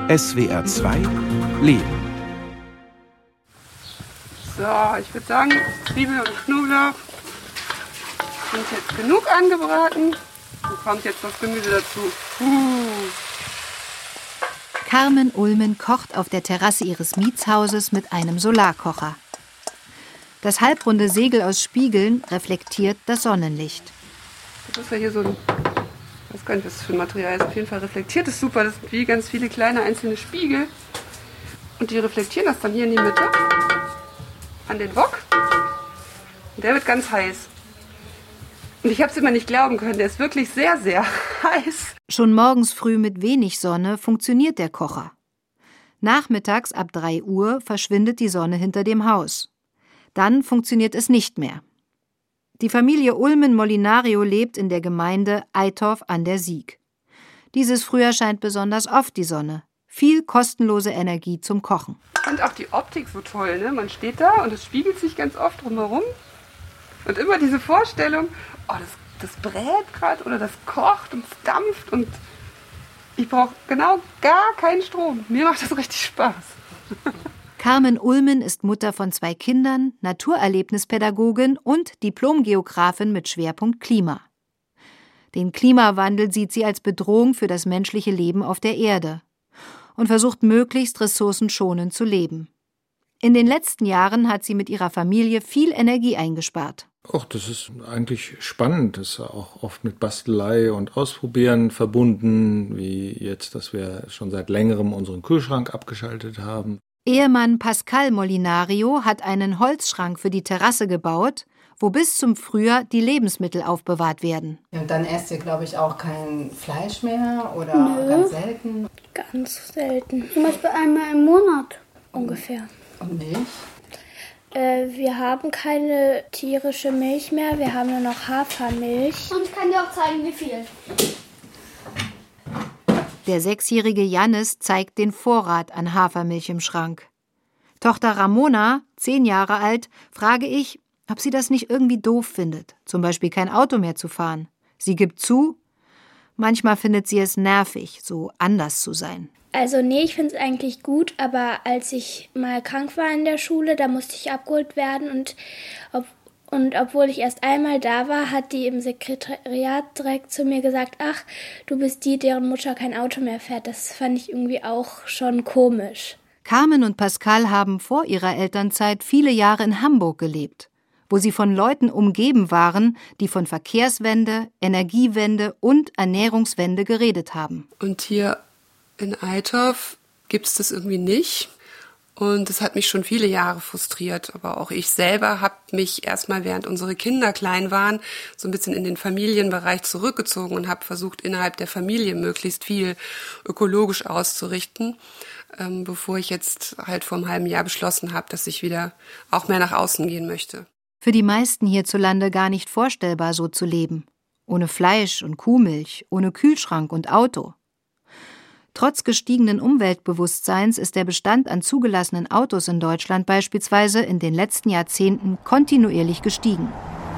SWR 2 Leben. So, ich würde sagen, Zwiebel und Knoblauch sind jetzt genug angebraten. Dann kommt jetzt das Gemüse dazu. Carmen Ulmen kocht auf der Terrasse ihres Mietshauses mit einem Solarkocher. Das halbrunde Segel aus Spiegeln reflektiert das Sonnenlicht. Das ist ja hier so ein, ich weiß gar nicht, was das für ein Material ist, auf jeden Fall reflektiert es super. Das sind wie ganz viele kleine einzelne Spiegel. Und die reflektieren das dann hier in die Mitte, an den Wok. Und der wird ganz heiß. Und ich habe es immer nicht glauben können, der ist wirklich sehr, sehr heiß. Schon morgens früh mit wenig Sonne funktioniert der Kocher. Nachmittags ab 3 Uhr verschwindet die Sonne hinter dem Haus. Dann funktioniert es nicht mehr. Die Familie Ulmen-Molinario lebt in der Gemeinde Eitorf an der Sieg. Dieses Frühjahr scheint besonders oft die Sonne. Viel kostenlose Energie zum Kochen. Ich fand auch die Optik so toll, ne? Man steht da und es spiegelt sich ganz oft drumherum. Und immer diese Vorstellung, oh, das brät gerade oder das kocht und es dampft und ich brauche genau gar keinen Strom. Mir macht das richtig Spaß. Carmen Ulmen ist Mutter von 2 Kindern, Naturerlebnispädagogin und Diplomgeografin mit Schwerpunkt Klima. Den Klimawandel sieht sie als Bedrohung für das menschliche Leben auf der Erde und versucht möglichst ressourcenschonend zu leben. In den letzten Jahren hat sie mit ihrer Familie viel Energie eingespart. Ach, das ist eigentlich spannend. Das ist auch oft mit Bastelei und Ausprobieren verbunden, wie jetzt, dass wir schon seit längerem unseren Kühlschrank abgeschaltet haben. Ehemann Pascal Molinario hat einen Holzschrank für die Terrasse gebaut, wo bis zum Frühjahr die Lebensmittel aufbewahrt werden. Und dann esst ihr, glaube ich, auch kein Fleisch mehr oder ganz selten? Ganz selten. Zum Beispiel einmal im Monat ungefähr. Und Milch? Wir haben keine tierische Milch mehr, wir haben nur noch Hafermilch. Und ich kann dir auch zeigen, wie viel. Der 6-jährige Jannis zeigt den Vorrat an Hafermilch im Schrank. Tochter Ramona, 10 Jahre alt, frage ich, ob sie das nicht irgendwie doof findet, zum Beispiel kein Auto mehr zu fahren. Sie gibt zu, manchmal findet sie es nervig, so anders zu sein. Also nee, ich finde es eigentlich gut, aber als ich mal krank war in der Schule, da musste ich abgeholt werden und obwohl ich erst einmal da war, hat die im Sekretariat direkt zu mir gesagt, ach, du bist die, deren Mutter kein Auto mehr fährt. Das fand ich irgendwie auch schon komisch. Carmen und Pascal haben vor ihrer Elternzeit viele Jahre in Hamburg gelebt, wo sie von Leuten umgeben waren, die von Verkehrswende, Energiewende und Ernährungswende geredet haben. Und hier in Eitorf gibt es das irgendwie nicht. Und das hat mich schon viele Jahre frustriert. Aber auch ich selber habe mich erstmal, während unsere Kinder klein waren, so ein bisschen in den Familienbereich zurückgezogen und habe versucht, innerhalb der Familie möglichst viel ökologisch auszurichten, bevor ich jetzt halt vor einem halben Jahr beschlossen habe, dass ich wieder auch mehr nach außen gehen möchte. Für die meisten hierzulande gar nicht vorstellbar, so zu leben. Ohne Fleisch und Kuhmilch, ohne Kühlschrank und Auto. Trotz gestiegenen Umweltbewusstseins ist der Bestand an zugelassenen Autos in Deutschland beispielsweise in den letzten Jahrzehnten kontinuierlich gestiegen.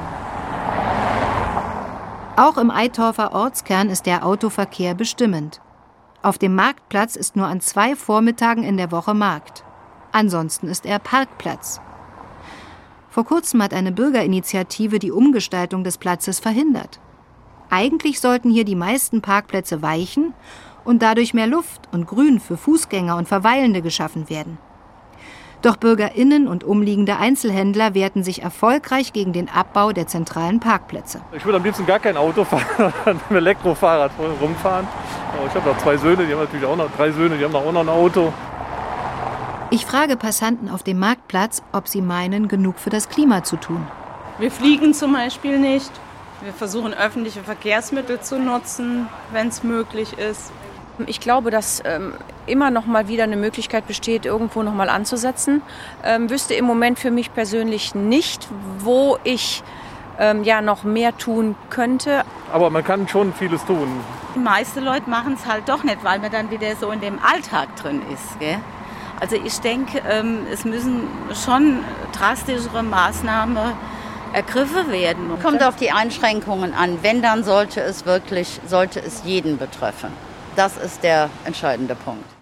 Auch im Eitorfer Ortskern ist der Autoverkehr bestimmend. Auf dem Marktplatz ist nur an 2 Vormittagen in der Woche Markt. Ansonsten ist er Parkplatz. Vor kurzem hat eine Bürgerinitiative die Umgestaltung des Platzes verhindert. Eigentlich sollten hier die meisten Parkplätze weichen und dadurch mehr Luft und Grün für Fußgänger und Verweilende geschaffen werden. Doch BürgerInnen und umliegende Einzelhändler wehrten sich erfolgreich gegen den Abbau der zentralen Parkplätze. Ich würde am liebsten gar kein Auto fahren, mit dem Elektrofahrrad rumfahren. Aber ich habe noch 2 Söhne, die haben natürlich auch noch 3 Söhne, die haben auch noch ein Auto. Ich frage Passanten auf dem Marktplatz, ob sie meinen, genug für das Klima zu tun. Wir fliegen zum Beispiel nicht. Wir versuchen, öffentliche Verkehrsmittel zu nutzen, wenn es möglich ist. Ich glaube, dass immer noch mal wieder eine Möglichkeit besteht, irgendwo noch mal anzusetzen. Wüsste im Moment für mich persönlich nicht, wo ich noch mehr tun könnte. Aber man kann schon vieles tun. Die meisten Leute machen es halt doch nicht, weil man dann wieder so in dem Alltag drin ist. Gell? Also ich denke, es müssen schon drastischere Maßnahmen ergriffen werden. Kommt auf die Einschränkungen an. Wenn, dann sollte es jeden betreffen. Das ist der entscheidende Punkt.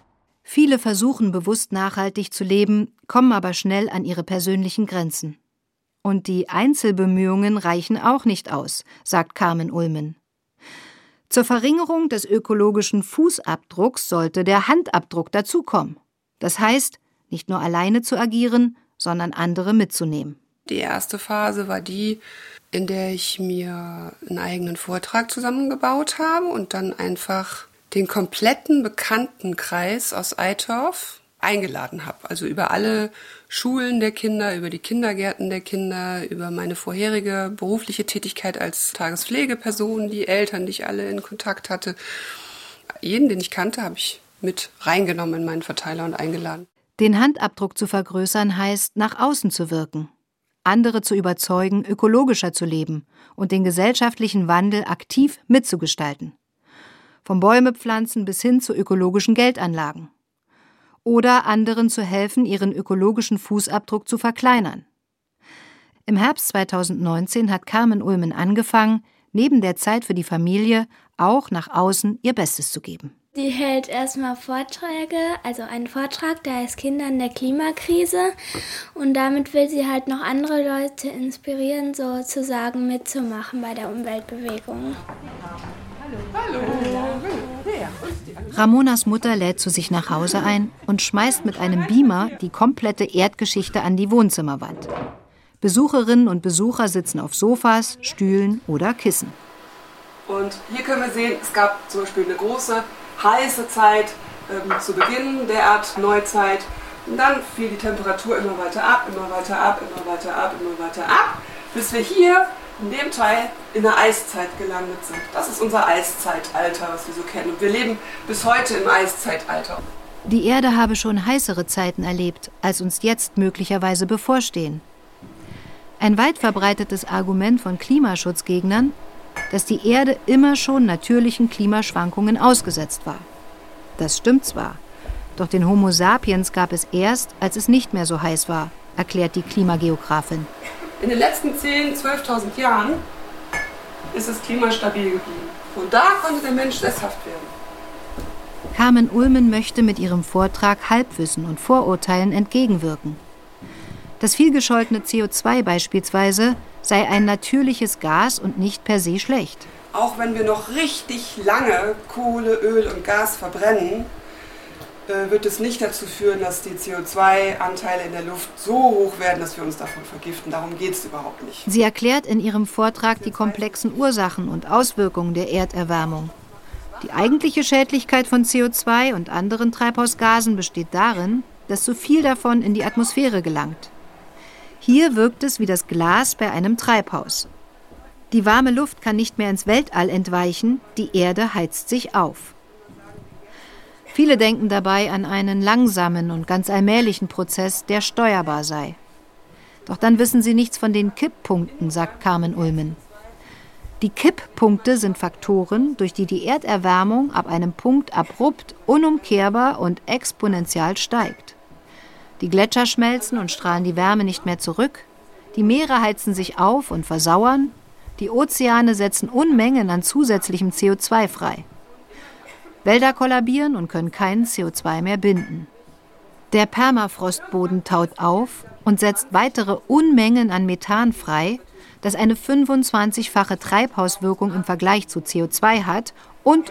Viele versuchen bewusst nachhaltig zu leben, kommen aber schnell an ihre persönlichen Grenzen. Und die Einzelbemühungen reichen auch nicht aus, sagt Carmen Ulmen. Zur Verringerung des ökologischen Fußabdrucks sollte der Handabdruck dazukommen. Das heißt, nicht nur alleine zu agieren, sondern andere mitzunehmen. Die erste Phase war die, in der ich mir einen eigenen Vortrag zusammengebaut habe und dann einfach den kompletten Bekanntenkreis aus Eitorf eingeladen habe. Also über alle Schulen der Kinder, über die Kindergärten der Kinder, über meine vorherige berufliche Tätigkeit als Tagespflegeperson, die Eltern, die ich alle in Kontakt hatte. Jeden, den ich kannte, habe ich mit reingenommen in meinen Verteiler und eingeladen. Den Handabdruck zu vergrößern heißt, nach außen zu wirken, andere zu überzeugen, ökologischer zu leben und den gesellschaftlichen Wandel aktiv mitzugestalten. Vom Bäume pflanzen bis hin zu ökologischen Geldanlagen. Oder anderen zu helfen, ihren ökologischen Fußabdruck zu verkleinern. Im Herbst 2019 hat Carmen Ulmen angefangen, neben der Zeit für die Familie auch nach außen ihr Bestes zu geben. Die hält erstmal Vorträge, also einen Vortrag, der heißt Kinder in der Klimakrise. Und damit will sie halt noch andere Leute inspirieren, sozusagen mitzumachen bei der Umweltbewegung. Hallo. Ramonas Mutter lädt zu sich nach Hause ein und schmeißt mit einem Beamer die komplette Erdgeschichte an die Wohnzimmerwand. Besucherinnen und Besucher sitzen auf Sofas, Stühlen oder Kissen. Und hier können wir sehen, es gab zum Beispiel eine große, heiße Zeit zu Beginn der Erdneuzeit. Und dann fiel die Temperatur immer weiter ab, immer weiter ab, immer weiter ab, immer weiter ab, bis wir hier in dem Teil in der Eiszeit gelandet sind. Das ist unser Eiszeitalter, was wir so kennen. Und wir leben bis heute im Eiszeitalter. Die Erde habe schon heißere Zeiten erlebt, als uns jetzt möglicherweise bevorstehen. Ein weit verbreitetes Argument von Klimaschutzgegnern, dass die Erde immer schon natürlichen Klimaschwankungen ausgesetzt war. Das stimmt zwar, doch den Homo sapiens gab es erst, als es nicht mehr so heiß war, erklärt die Klimageografin. In den letzten 10.000, 12.000 Jahren ist das Klima stabil geblieben. Und da konnte der Mensch sesshaft werden. Carmen Ulmen möchte mit ihrem Vortrag Halbwissen und Vorurteilen entgegenwirken. Das vielgescholtene CO2 beispielsweise sei ein natürliches Gas und nicht per se schlecht. Auch wenn wir noch richtig lange Kohle, Öl und Gas verbrennen, wird es nicht dazu führen, dass die CO2-Anteile in der Luft so hoch werden, dass wir uns davon vergiften. Darum geht es überhaupt nicht. Sie erklärt in ihrem Vortrag die komplexen Ursachen und Auswirkungen der Erderwärmung. Die eigentliche Schädlichkeit von CO2 und anderen Treibhausgasen besteht darin, dass zu viel davon in die Atmosphäre gelangt. Hier wirkt es wie das Glas bei einem Treibhaus. Die warme Luft kann nicht mehr ins Weltall entweichen, die Erde heizt sich auf. Viele denken dabei an einen langsamen und ganz allmählichen Prozess, der steuerbar sei. Doch dann wissen sie nichts von den Kipppunkten, sagt Carmen Ulmen. Die Kipppunkte sind Faktoren, durch die die Erderwärmung ab einem Punkt abrupt, unumkehrbar und exponentiell steigt. Die Gletscher schmelzen und strahlen die Wärme nicht mehr zurück, die Meere heizen sich auf und versauern, die Ozeane setzen Unmengen an zusätzlichem CO2 frei. Wälder kollabieren und können kein CO2 mehr binden. Der Permafrostboden taut auf und setzt weitere Unmengen an Methan frei, das eine 25-fache Treibhauswirkung im Vergleich zu CO2 hat und.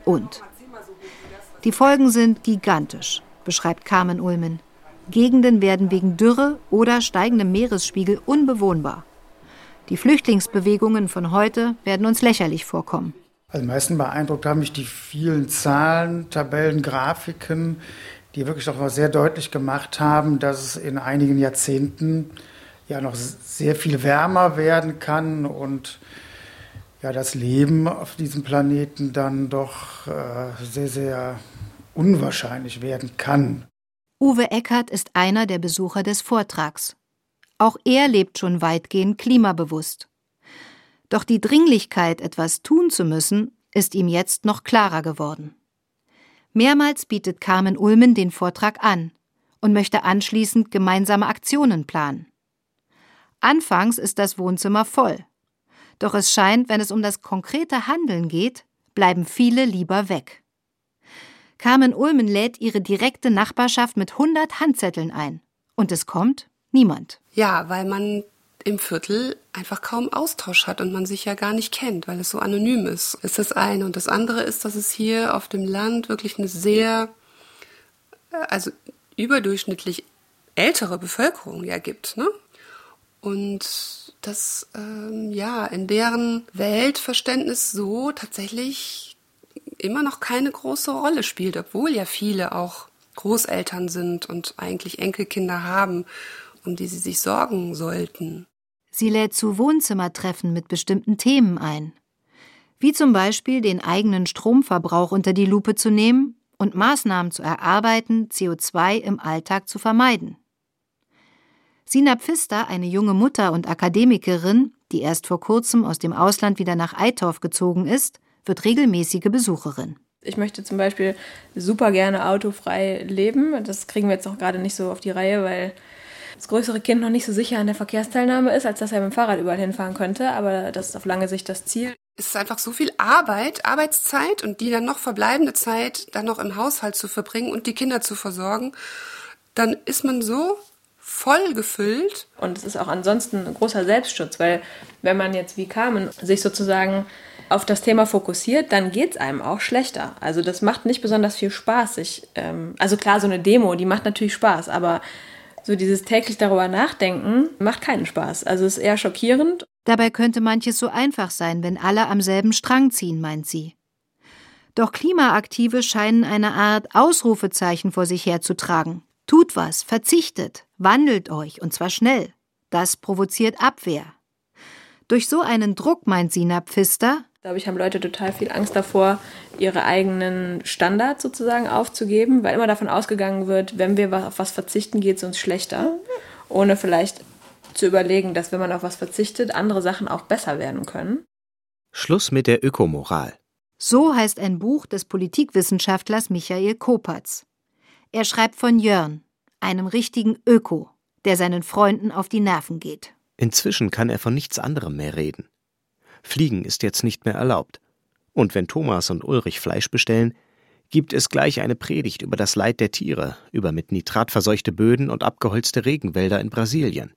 Die Folgen sind gigantisch, beschreibt Carmen Ulmen. Gegenden werden wegen Dürre oder steigendem Meeresspiegel unbewohnbar. Die Flüchtlingsbewegungen von heute werden uns lächerlich vorkommen. Also am meisten beeindruckt haben mich die vielen Zahlen, Tabellen, Grafiken, die wirklich auch sehr deutlich gemacht haben, dass es in einigen Jahrzehnten ja noch sehr viel wärmer werden kann und ja das Leben auf diesem Planeten dann doch sehr, sehr unwahrscheinlich werden kann. Uwe Eckert ist einer der Besucher des Vortrags. Auch er lebt schon weitgehend klimabewusst. Doch die Dringlichkeit, etwas tun zu müssen, ist ihm jetzt noch klarer geworden. Mehrmals bietet Carmen Ulmen den Vortrag an und möchte anschließend gemeinsame Aktionen planen. Anfangs ist das Wohnzimmer voll. Doch es scheint, wenn es um das konkrete Handeln geht, bleiben viele lieber weg. Carmen Ulmen lädt ihre direkte Nachbarschaft mit 100 Handzetteln ein. Und es kommt niemand. Ja, weil man im Viertel einfach kaum Austausch hat und man sich ja gar nicht kennt, weil es so anonym ist. Das ist das eine. Und das andere ist, dass es hier auf dem Land wirklich eine sehr, also überdurchschnittlich ältere Bevölkerung ja gibt, ne? Und das, in deren Weltverständnis so tatsächlich immer noch keine große Rolle spielt, obwohl ja viele auch Großeltern sind und eigentlich Enkelkinder haben, um die sie sich sorgen sollten. Sie lädt zu Wohnzimmertreffen mit bestimmten Themen ein. Wie zum Beispiel den eigenen Stromverbrauch unter die Lupe zu nehmen und Maßnahmen zu erarbeiten, CO2 im Alltag zu vermeiden. Sina Pfister, eine junge Mutter und Akademikerin, die erst vor kurzem aus dem Ausland wieder nach Eitorf gezogen ist, wird regelmäßige Besucherin. Ich möchte zum Beispiel super gerne autofrei leben. Das kriegen wir jetzt noch gerade nicht so auf die Reihe, weil das größere Kind noch nicht so sicher an der Verkehrsteilnahme ist, als dass er mit dem Fahrrad überall hinfahren könnte. Aber das ist auf lange Sicht das Ziel. Es ist einfach so viel Arbeitszeit und die dann noch verbleibende Zeit dann noch im Haushalt zu verbringen und die Kinder zu versorgen. Dann ist man so voll gefüllt. Und es ist auch ansonsten ein großer Selbstschutz, weil wenn man jetzt wie Carmen sich sozusagen auf das Thema fokussiert, dann geht es einem auch schlechter. Also das macht nicht besonders viel Spaß. Also klar, so eine Demo, die macht natürlich Spaß, aber so dieses täglich darüber nachdenken macht keinen Spaß. Also es ist eher schockierend. Dabei könnte manches so einfach sein, wenn alle am selben Strang ziehen, meint sie. Doch Klimaaktive scheinen eine Art Ausrufezeichen vor sich herzutragen. Tut was, verzichtet, wandelt euch, und zwar schnell. Das provoziert Abwehr. Durch so einen Druck, meint Sina Pfister, glaube ich, haben Leute total viel Angst davor, ihre eigenen Standards sozusagen aufzugeben, weil immer davon ausgegangen wird, wenn wir auf was verzichten, geht es uns schlechter, ohne vielleicht zu überlegen, dass wenn man auf was verzichtet, andere Sachen auch besser werden können. Schluss mit der Ökomoral. So heißt ein Buch des Politikwissenschaftlers Michael Kopatz. Er schreibt von Jörn, einem richtigen Öko, der seinen Freunden auf die Nerven geht. Inzwischen kann er von nichts anderem mehr reden. Fliegen ist jetzt nicht mehr erlaubt. Und wenn Thomas und Ulrich Fleisch bestellen, gibt es gleich eine Predigt über das Leid der Tiere, über mit Nitrat verseuchte Böden und abgeholzte Regenwälder in Brasilien.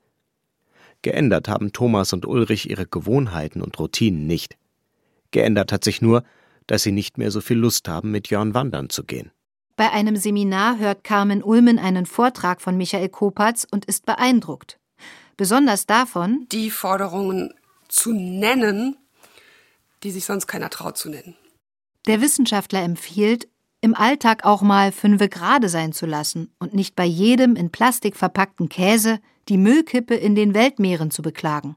Geändert haben Thomas und Ulrich ihre Gewohnheiten und Routinen nicht. Geändert hat sich nur, dass sie nicht mehr so viel Lust haben, mit Jörn wandern zu gehen. Bei einem Seminar hört Carmen Ulmen einen Vortrag von Michael Kopatz und ist beeindruckt. Besonders davon, die Forderungen zu nennen, die sich sonst keiner traut zu nennen. Der Wissenschaftler empfiehlt, im Alltag auch mal 5 Grade sein zu lassen und nicht bei jedem in Plastik verpackten Käse die Müllkippe in den Weltmeeren zu beklagen.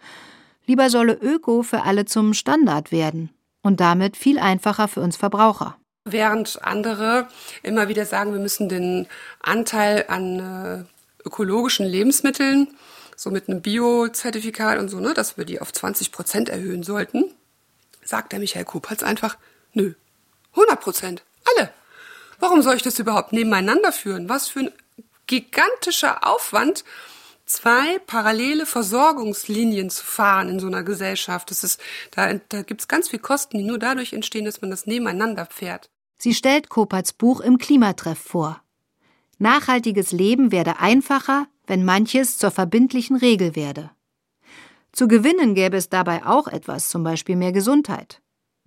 Lieber solle Öko für alle zum Standard werden und damit viel einfacher für uns Verbraucher. Während andere immer wieder sagen, wir müssen den Anteil an ökologischen Lebensmitteln, so mit einem Bio-Zertifikat und so, ne, dass wir die auf 20% erhöhen sollten, sagt der Michael Kopatz einfach, nö, 100%, alle. Warum soll ich das überhaupt nebeneinander führen? Was für ein gigantischer Aufwand, 2 parallele Versorgungslinien zu fahren in so einer Gesellschaft. Da gibt es ganz viel Kosten, die nur dadurch entstehen, dass man das nebeneinander fährt. Sie stellt Kopatz Buch im Klimatreff vor. Nachhaltiges Leben werde einfacher, wenn manches zur verbindlichen Regel werde. Zu gewinnen gäbe es dabei auch etwas, zum Beispiel mehr Gesundheit.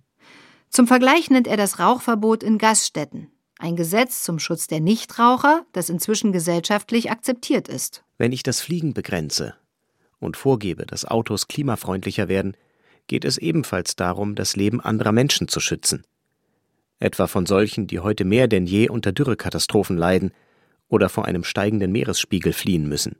Zum Vergleich nennt er das Rauchverbot in Gaststätten. Ein Gesetz zum Schutz der Nichtraucher, das inzwischen gesellschaftlich akzeptiert ist. Wenn ich das Fliegen begrenze und vorgebe, dass Autos klimafreundlicher werden, geht es ebenfalls darum, das Leben anderer Menschen zu schützen. Etwa von solchen, die heute mehr denn je unter Dürrekatastrophen leiden oder vor einem steigenden Meeresspiegel fliehen müssen.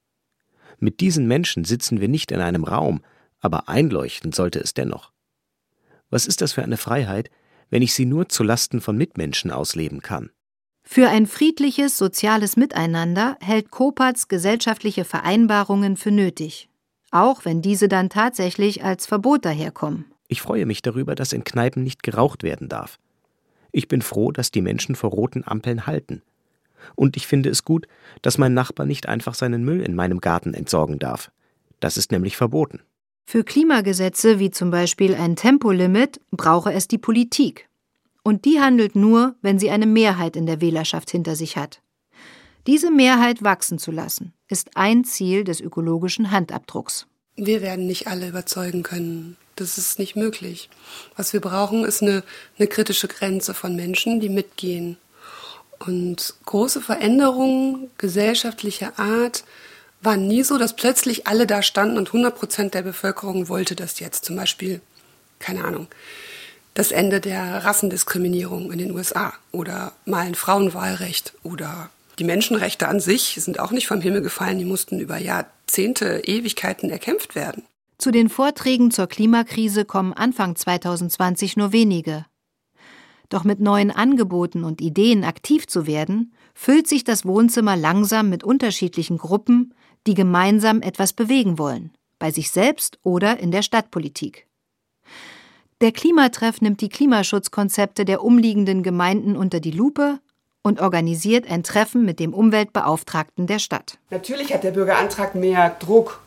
Mit diesen Menschen sitzen wir nicht in einem Raum, aber einleuchtend sollte es dennoch. Was ist das für eine Freiheit, wenn ich sie nur zulasten von Mitmenschen ausleben kann? Für ein friedliches, soziales Miteinander hält Kopatz gesellschaftliche Vereinbarungen für nötig, auch wenn diese dann tatsächlich als Verbot daherkommen. Ich freue mich darüber, dass in Kneipen nicht geraucht werden darf. Ich bin froh, dass die Menschen vor roten Ampeln halten. Und ich finde es gut, dass mein Nachbar nicht einfach seinen Müll in meinem Garten entsorgen darf. Das ist nämlich verboten. Für Klimagesetze wie zum Beispiel ein Tempolimit brauche es die Politik. Und die handelt nur, wenn sie eine Mehrheit in der Wählerschaft hinter sich hat. Diese Mehrheit wachsen zu lassen, ist ein Ziel des ökologischen Handabdrucks. Wir werden nicht alle überzeugen können. Das ist nicht möglich. Was wir brauchen, ist eine kritische Grenze von Menschen, die mitgehen. Und große Veränderungen gesellschaftlicher Art waren nie so, dass plötzlich alle da standen und 100% der Bevölkerung wollte das jetzt. Zum Beispiel, keine Ahnung, das Ende der Rassendiskriminierung in den USA oder mal ein Frauenwahlrecht oder die Menschenrechte an sich sind auch nicht vom Himmel gefallen. Die mussten über Jahrzehnte, Ewigkeiten erkämpft werden. Zu den Vorträgen zur Klimakrise kommen Anfang 2020 nur wenige. Doch mit neuen Angeboten und Ideen aktiv zu werden, füllt sich das Wohnzimmer langsam mit unterschiedlichen Gruppen, die gemeinsam etwas bewegen wollen, bei sich selbst oder in der Stadtpolitik. Der Klimatreff nimmt die Klimaschutzkonzepte der umliegenden Gemeinden unter die Lupe und organisiert ein Treffen mit dem Umweltbeauftragten der Stadt. Natürlich hat der Bürgerantrag mehr Druck,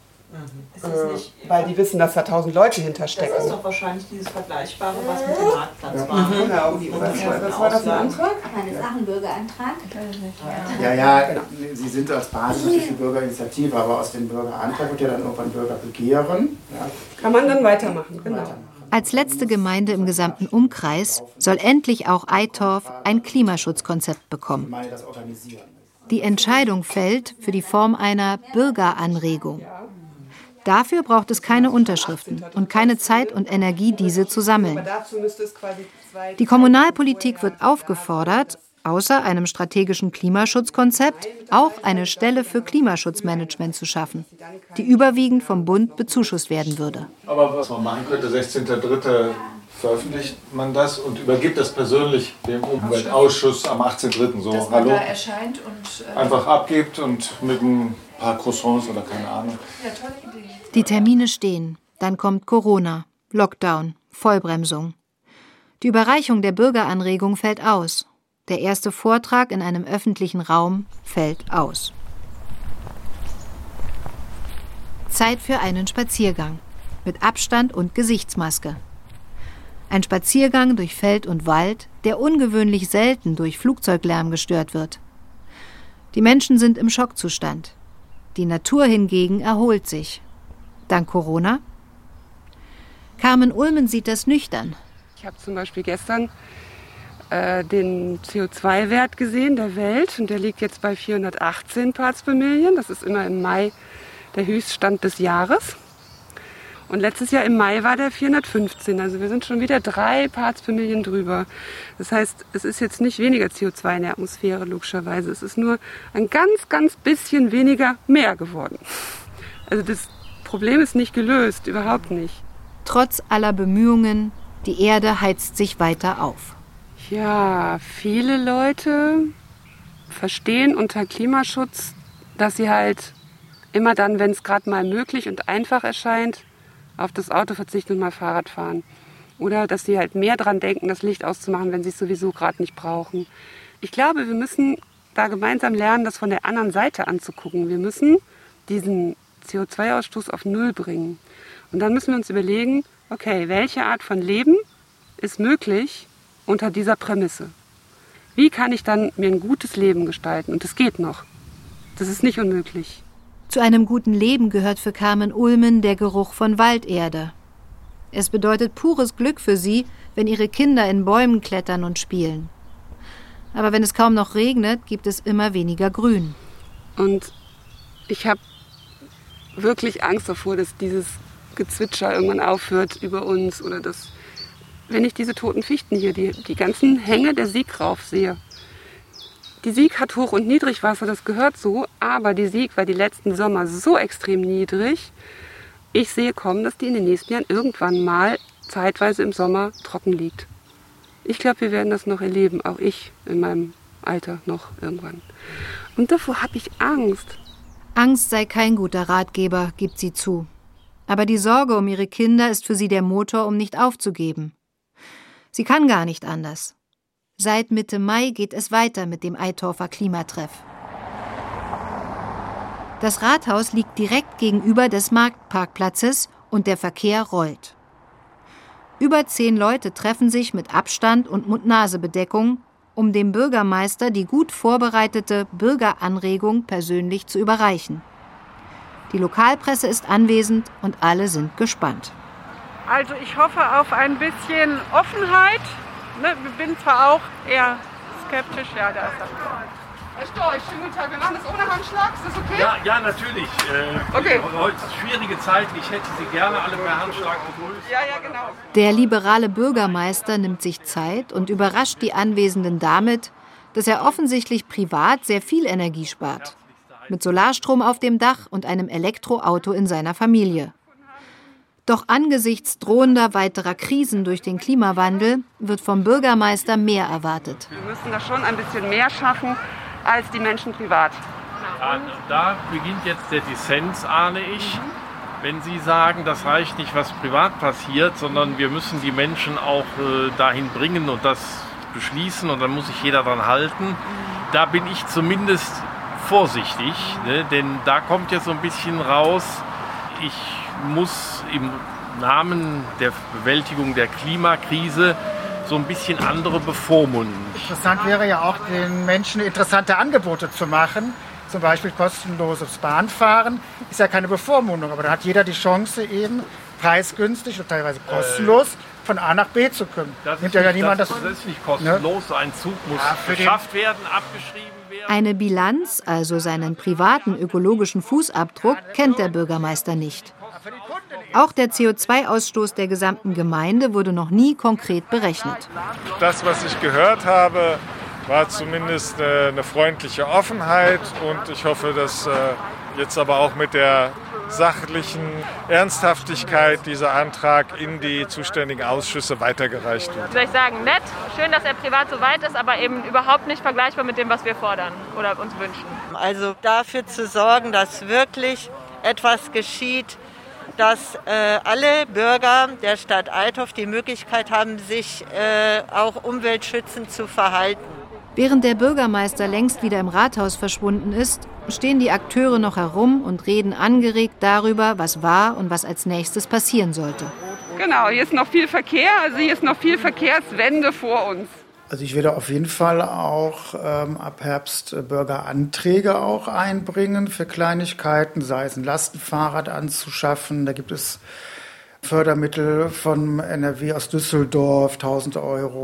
weil die wissen, dass da 1000 Leute hinterstecken. Das ist doch wahrscheinlich dieses Vergleichbare, was mit dem Marktplatz war. Was war das für ein Antrag? Meines Sachen Bürgerantrag. Ja, genau. Sie sind als Basis für Bürgerinitiative, aber aus dem Bürgerantrag wird ja dann irgendwann Bürgerbegehren. Ja. Kann man dann weitermachen, genau. Als letzte Gemeinde im gesamten Umkreis soll endlich auch Eitorf ein Klimaschutzkonzept bekommen. Die Entscheidung fällt für die Form einer Bürgeranregung. Dafür braucht es keine Unterschriften und keine Zeit und Energie, diese zu sammeln. Die Kommunalpolitik wird aufgefordert, außer einem strategischen Klimaschutzkonzept auch eine Stelle für Klimaschutzmanagement zu schaffen, die überwiegend vom Bund bezuschusst werden würde. Aber was man machen könnte, 16.03. veröffentlicht man das und übergibt das persönlich dem Umweltausschuss am 18.03. so, dass man da erscheint und einfach abgibt und mit ein paar Croissants oder keine Ahnung. Ja, tolle Idee. Die Termine stehen, dann kommt Corona, Lockdown, Vollbremsung. Die Überreichung der Bürgeranregung fällt aus. Der erste Vortrag in einem öffentlichen Raum fällt aus. Zeit für einen Spaziergang mit Abstand und Gesichtsmaske. Ein Spaziergang durch Feld und Wald, der ungewöhnlich selten durch Flugzeuglärm gestört wird. Die Menschen sind im Schockzustand. Die Natur hingegen erholt sich. Dank Corona? Carmen Ulmen sieht das nüchtern. Ich habe zum Beispiel gestern den CO2-Wert gesehen der Welt und der liegt jetzt bei 418 Parts per Million. Das ist immer im Mai der Höchststand des Jahres. Und letztes Jahr im Mai war der 415. Also wir sind schon wieder 3 Parts per Million drüber. Das heißt, es ist jetzt nicht weniger CO2 in der Atmosphäre, logischerweise. Es ist nur ein ganz, ganz bisschen weniger mehr geworden. Also das Problem ist nicht gelöst, überhaupt nicht. Trotz aller Bemühungen, die Erde heizt sich weiter auf. Ja, viele Leute verstehen unter Klimaschutz, dass sie halt immer dann, wenn es gerade mal möglich und einfach erscheint, auf das Auto verzichten und mal Fahrrad fahren. Oder dass sie halt mehr dran denken, das Licht auszumachen, wenn sie es sowieso gerade nicht brauchen. Ich glaube, wir müssen da gemeinsam lernen, das von der anderen Seite anzugucken. Wir müssen diesen CO2-Ausstoß auf Null bringen. Und dann müssen wir uns überlegen, okay, welche Art von Leben ist möglich unter dieser Prämisse? Wie kann ich dann mir ein gutes Leben gestalten? Und das geht noch. Das ist nicht unmöglich. Zu einem guten Leben gehört für Carmen Ulmen der Geruch von Walderde. Es bedeutet pures Glück für sie, wenn ihre Kinder in Bäumen klettern und spielen. Aber wenn es kaum noch regnet, gibt es immer weniger Grün. Und ich habe wirklich Angst davor, dass dieses Gezwitscher irgendwann aufhört über uns oder dass, wenn ich diese toten Fichten hier, die ganzen Hänge der Sieg rauf sehe. Die Sieg hat Hoch- und Niedrigwasser, das gehört so, aber die Sieg war die letzten Sommer so extrem niedrig. Ich sehe kommen, dass die in den nächsten Jahren irgendwann mal zeitweise im Sommer trocken liegt. Ich glaube, wir werden das noch erleben, auch ich in meinem Alter noch irgendwann. Und davor habe ich Angst. Angst sei kein guter Ratgeber, gibt sie zu. Aber die Sorge um ihre Kinder ist für sie der Motor, um nicht aufzugeben. Sie kann gar nicht anders. Seit Mitte Mai geht es weiter mit dem Eitorfer Klimatreff. Das Rathaus liegt direkt gegenüber des Marktparkplatzes und der Verkehr rollt. Über 10 Leute treffen sich mit Abstand und Mund-Nase-Bedeckung, um dem Bürgermeister die gut vorbereitete Bürgeranregung persönlich zu überreichen. Die Lokalpresse ist anwesend und alle sind gespannt. Also ich hoffe auf ein bisschen Offenheit. Ich bin zwar auch eher skeptisch, ja, da ist das. Herr Storch, schönen guten Tag. Wir machen das ohne Handschlag, ist das okay? Ja, natürlich. Okay. Heute ist schwierige Zeiten, ich hätte Sie gerne alle per Handschlag begrüßt. Ja, genau. Der liberale Bürgermeister nimmt sich Zeit und überrascht die Anwesenden damit, dass er offensichtlich privat sehr viel Energie spart. Mit Solarstrom auf dem Dach und einem Elektroauto in seiner Familie. Doch angesichts drohender weiterer Krisen durch den Klimawandel wird vom Bürgermeister mehr erwartet. Wir müssen da schon ein bisschen mehr schaffen als die Menschen privat. Da beginnt jetzt der Dissens, ahne ich. Wenn Sie sagen, das reicht nicht, was privat passiert, sondern wir müssen die Menschen auch dahin bringen und das beschließen und dann muss sich jeder dran halten. Da bin ich zumindest vorsichtig, ne? Denn da kommt jetzt so ein bisschen raus, ich muss im Namen der Bewältigung der Klimakrise so ein bisschen andere bevormunden. Interessant wäre ja auch, den Menschen interessante Angebote zu machen. Zum Beispiel kostenloses Bahnfahren. Ist ja keine Bevormundung, aber da hat jeder die Chance, eben preisgünstig und teilweise kostenlos von A nach B zu kommen. Das ist nicht kostenlos. Ne? Ein Zug muss beschafft werden, abgeschrieben werden. Eine Bilanz, also seinen privaten ökologischen Fußabdruck, kennt der Bürgermeister nicht. Auch der CO2-Ausstoß der gesamten Gemeinde wurde noch nie konkret berechnet. Das, was ich gehört habe, war zumindest eine freundliche Offenheit und ich hoffe, dass jetzt aber auch mit der sachlichen Ernsthaftigkeit dieser Antrag in die zuständigen Ausschüsse weitergereicht wird. Wie soll ich sagen, nett, schön, dass er privat so weit ist, aber eben überhaupt nicht vergleichbar mit dem, was wir fordern oder uns wünschen. Also dafür zu sorgen, dass wirklich etwas geschieht, dass alle Bürger der Stadt Althoff die Möglichkeit haben, sich auch umweltschützend zu verhalten. Während der Bürgermeister längst wieder im Rathaus verschwunden ist, stehen die Akteure noch herum und reden angeregt darüber, was war und was als nächstes passieren sollte. Genau, hier ist noch viel Verkehr, also hier ist noch viel Verkehrswende vor uns. Also ich werde auf jeden Fall auch ab Herbst Bürgeranträge auch einbringen für Kleinigkeiten, sei es ein Lastenfahrrad anzuschaffen. Da gibt es Fördermittel von NRW aus Düsseldorf, 1.000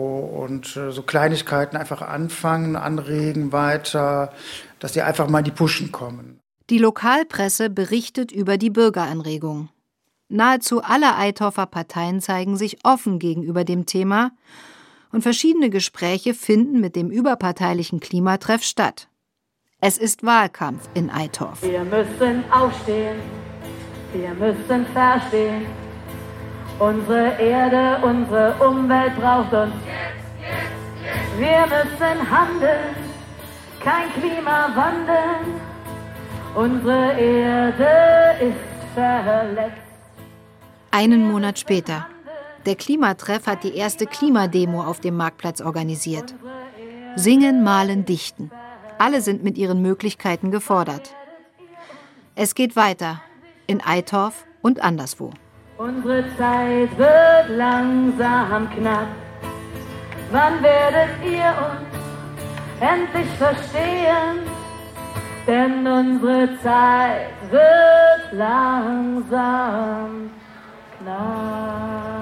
€ und so Kleinigkeiten einfach anfangen, anregen weiter, dass die einfach mal in die Puschen kommen. Die Lokalpresse berichtet über die Bürgeranregung. Nahezu alle Eithoffer Parteien zeigen sich offen gegenüber dem Thema und verschiedene Gespräche finden mit dem überparteilichen Klimatreff statt. Es ist Wahlkampf in Eithorf. Wir müssen aufstehen, wir müssen verstehen. Unsere Erde, unsere Umwelt braucht uns. Wir müssen handeln, kein Klimawandel. Unsere Erde ist verletzt. Einen Monat später. Der Klimatreff hat die erste Klimademo auf dem Marktplatz organisiert. Singen, malen, dichten. Alle sind mit ihren Möglichkeiten gefordert. Es geht weiter. In Eithorf und anderswo. Unsere Zeit wird langsam knapp. Wann werdet ihr uns endlich verstehen? Denn unsere Zeit wird langsam knapp.